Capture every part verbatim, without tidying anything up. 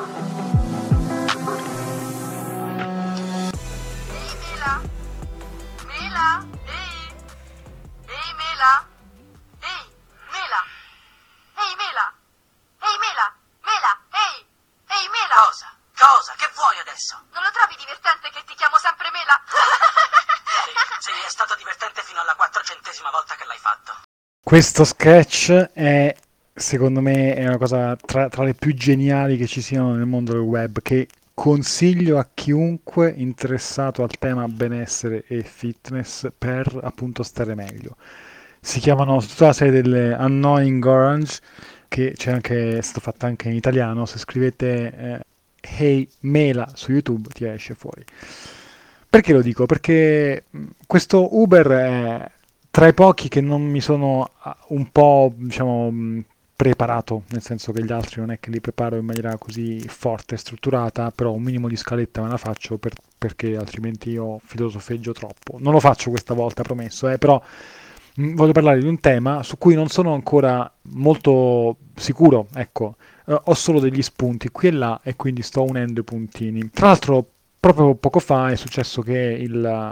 Mela? Mela? Ehi? Ehi Mela? Ehi, Mela? Ehi Mela? Ehi Mela? Mela? Ehi? Ehi Mela? Cosa? Cosa? Che vuoi adesso? Non lo trovi divertente che ti chiamo sempre Mela? Sì, sì, è stato divertente fino alla quattrocentesima volta che l'hai fatto. Questo sketch è, secondo me, è una cosa tra, tra le più geniali che ci siano nel mondo del web, che consiglio a chiunque interessato al tema benessere e fitness per appunto stare meglio. Si chiamano tutta la serie delle Annoying Orange, che c'è anche, è stato fatto anche in italiano. Se scrivete eh, Hey Mela su YouTube ti esce fuori. Perché lo dico? Perché mh, questo Uber è tra i pochi che non mi sono ah, un po', diciamo, mh, preparato, nel senso che gli altri non è che li preparo in maniera così forte e strutturata, però un minimo di scaletta me la faccio per- perché altrimenti io filosofeggio troppo. Non lo faccio questa volta, promesso, eh, però mh, voglio parlare di un tema su cui non sono ancora molto sicuro, ecco. Eh, ho solo degli spunti qui e là e quindi sto unendo i puntini. Tra l'altro, proprio poco fa è successo che il,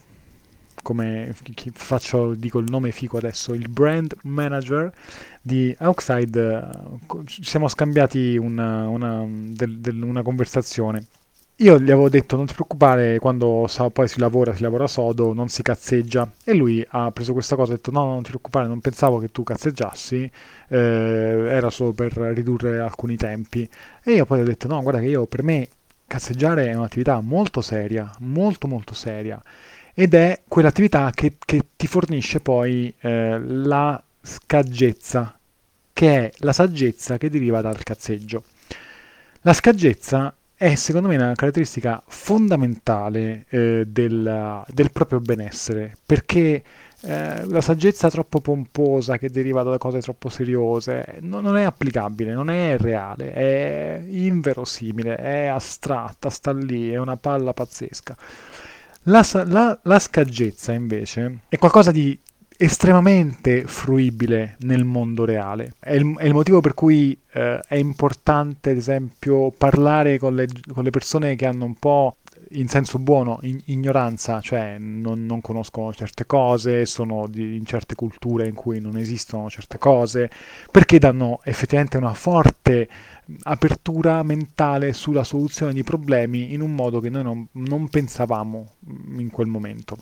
come chi- faccio, dico il nome fico adesso, il brand manager di Outside, eh, co- ci siamo scambiati una, una- del- del- una conversazione. Io gli avevo detto non ti preoccupare, quando sa- poi si lavora, si lavora sodo, non si cazzeggia. E lui ha preso questa cosa e ha detto no, no, non ti preoccupare, non pensavo che tu cazzeggiassi, eh, era solo per ridurre alcuni tempi. E io poi ho detto no, guarda che io per me cazzeggiare è un'attività molto seria, molto molto seria, ed è quell'attività che, che ti fornisce poi eh, la scaggezza, che è la saggezza che deriva dal cazzeggio. La scaggezza è secondo me una caratteristica fondamentale eh, del, del proprio benessere, perché eh, la saggezza troppo pomposa che deriva da cose troppo seriose no- non è applicabile, non è reale, è inverosimile, è astratta, sta lì, è una palla pazzesca. La, sa- la- la scaggezza invece è qualcosa di estremamente fruibile nel mondo reale. È il, è il motivo per cui eh, è importante, ad esempio, parlare con le, con le persone che hanno un po', in senso buono, in- ignoranza, cioè non, non conoscono certe cose, sono di- in certe culture in cui non esistono certe cose, perché danno effettivamente una forte apertura mentale sulla soluzione di problemi in un modo che noi non, non pensavamo mm, in quel momento.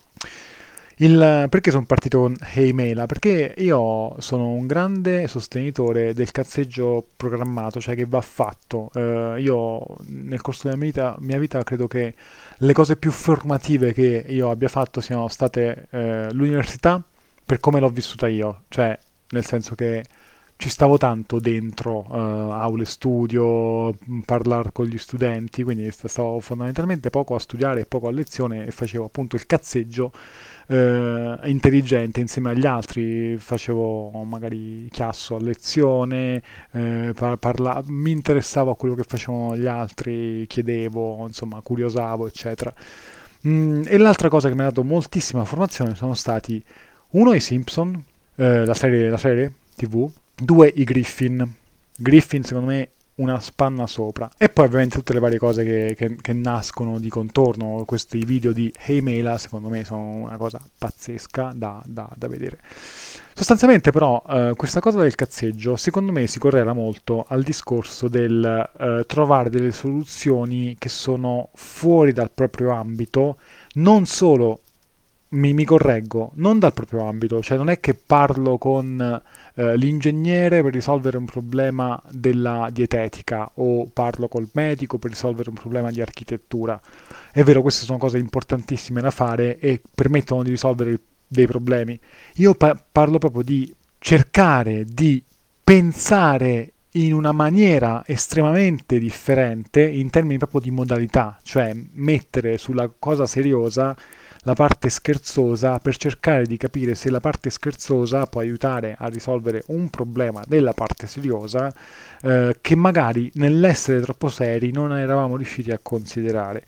Il, perché sono partito con Hey Mela? Perché io sono un grande sostenitore del cazzeggio programmato, cioè che va fatto. Eh, io nel corso della mia vita, mia vita credo che le cose più formative che io abbia fatto siano state eh, l'università per come l'ho vissuta io, cioè nel senso che ci stavo tanto dentro, eh, aule studio, parlare con gli studenti, quindi st- stavo fondamentalmente poco a studiare e poco a lezione e facevo appunto il cazzeggio eh, intelligente insieme agli altri, facevo magari chiasso a lezione, eh, par- parla- mi interessavo a quello che facevano gli altri, chiedevo, insomma, curiosavo, eccetera. Mm, e l'altra cosa che mi ha dato moltissima formazione sono stati uno i Simpson, eh, la serie, la serie T V, due i Griffin. Griffin secondo me una spanna sopra. E poi ovviamente tutte le varie cose che, che- che nascono di contorno, questi video di Hey Mela secondo me sono una cosa pazzesca da, da- da vedere. Sostanzialmente però eh, questa cosa del cazzeggio secondo me si correla molto al discorso del eh, trovare delle soluzioni che sono fuori dal proprio ambito, non solo mi, mi correggo, non dal proprio ambito, cioè non è che parlo con eh, l'ingegnere per risolvere un problema della dietetica o parlo col medico per risolvere un problema di architettura. È vero, queste sono cose importantissime da fare e permettono di risolvere dei problemi. Io pa- parlo proprio di cercare di pensare in una maniera estremamente differente in termini proprio di modalità, cioè mettere sulla cosa seriosa la parte scherzosa per cercare di capire se la parte scherzosa può aiutare a risolvere un problema della parte seriosa eh, che magari nell'essere troppo seri non eravamo riusciti a considerare.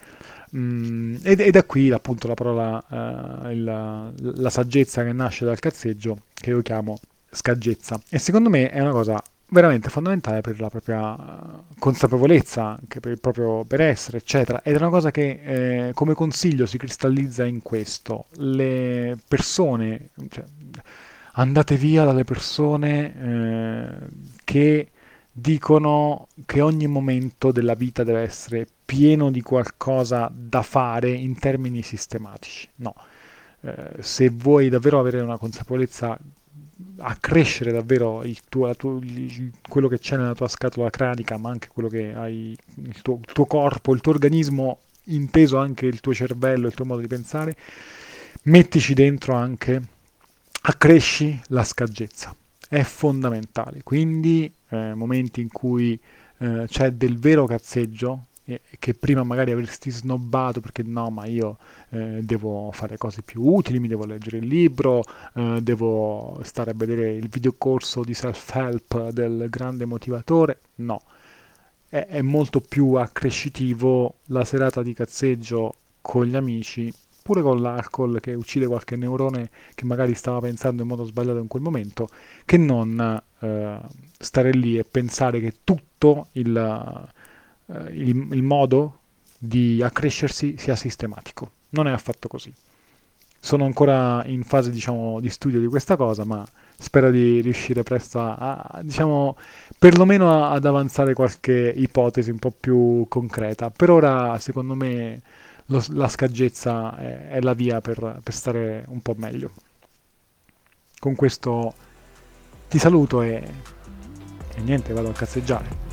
Mm, ed, ed è qui appunto la parola, eh, il- la saggezza che nasce dal cazzeggio, che io chiamo scaggezza. E secondo me è una cosa veramente fondamentale per la propria eh, consapevolezza, anche per il proprio benessere, eccetera. Ed è una cosa che eh, come consiglio si cristallizza in questo. Le persone, cioè, andate via dalle persone eh, che dicono che ogni momento della vita deve essere pieno di qualcosa da fare in termini sistematici. No. Eh, se vuoi davvero avere una consapevolezza, accrescere davvero il tuo, la tuo- il- quello che c'è nella tua scatola cranica, ma anche quello che hai, il tuo, il tuo corpo, il tuo organismo, inteso anche il tuo cervello, il tuo modo di pensare, mettici dentro anche, accresci la saggezza. È fondamentale. Quindi, eh, momenti in cui eh, c'è del vero cazzeggio, e- che prima magari avresti snobbato perché no, ma io eh, devo fare cose più utili, mi devo leggere il libro, eh, devo stare a vedere il videocorso di self-help del grande motivatore. No, è, è molto più accrescitivo la serata di cazzeggio con gli amici, pure con l'alcol che uccide qualche neurone che magari stava pensando in modo sbagliato in quel momento, che non eh, stare lì e pensare che tutto il, eh, il, il modo di accrescersi sia sistematico. Non è affatto così. Sono ancora in fase, diciamo, di studio di questa cosa, ma spero di riuscire presto a, a, diciamo, perlomeno a- ad avanzare qualche ipotesi un po' più concreta. Per ora, secondo me, lo- la saggezza è, è la via per, per stare un po' meglio. Con questo ti saluto e, e niente, vado a cazzeggiare.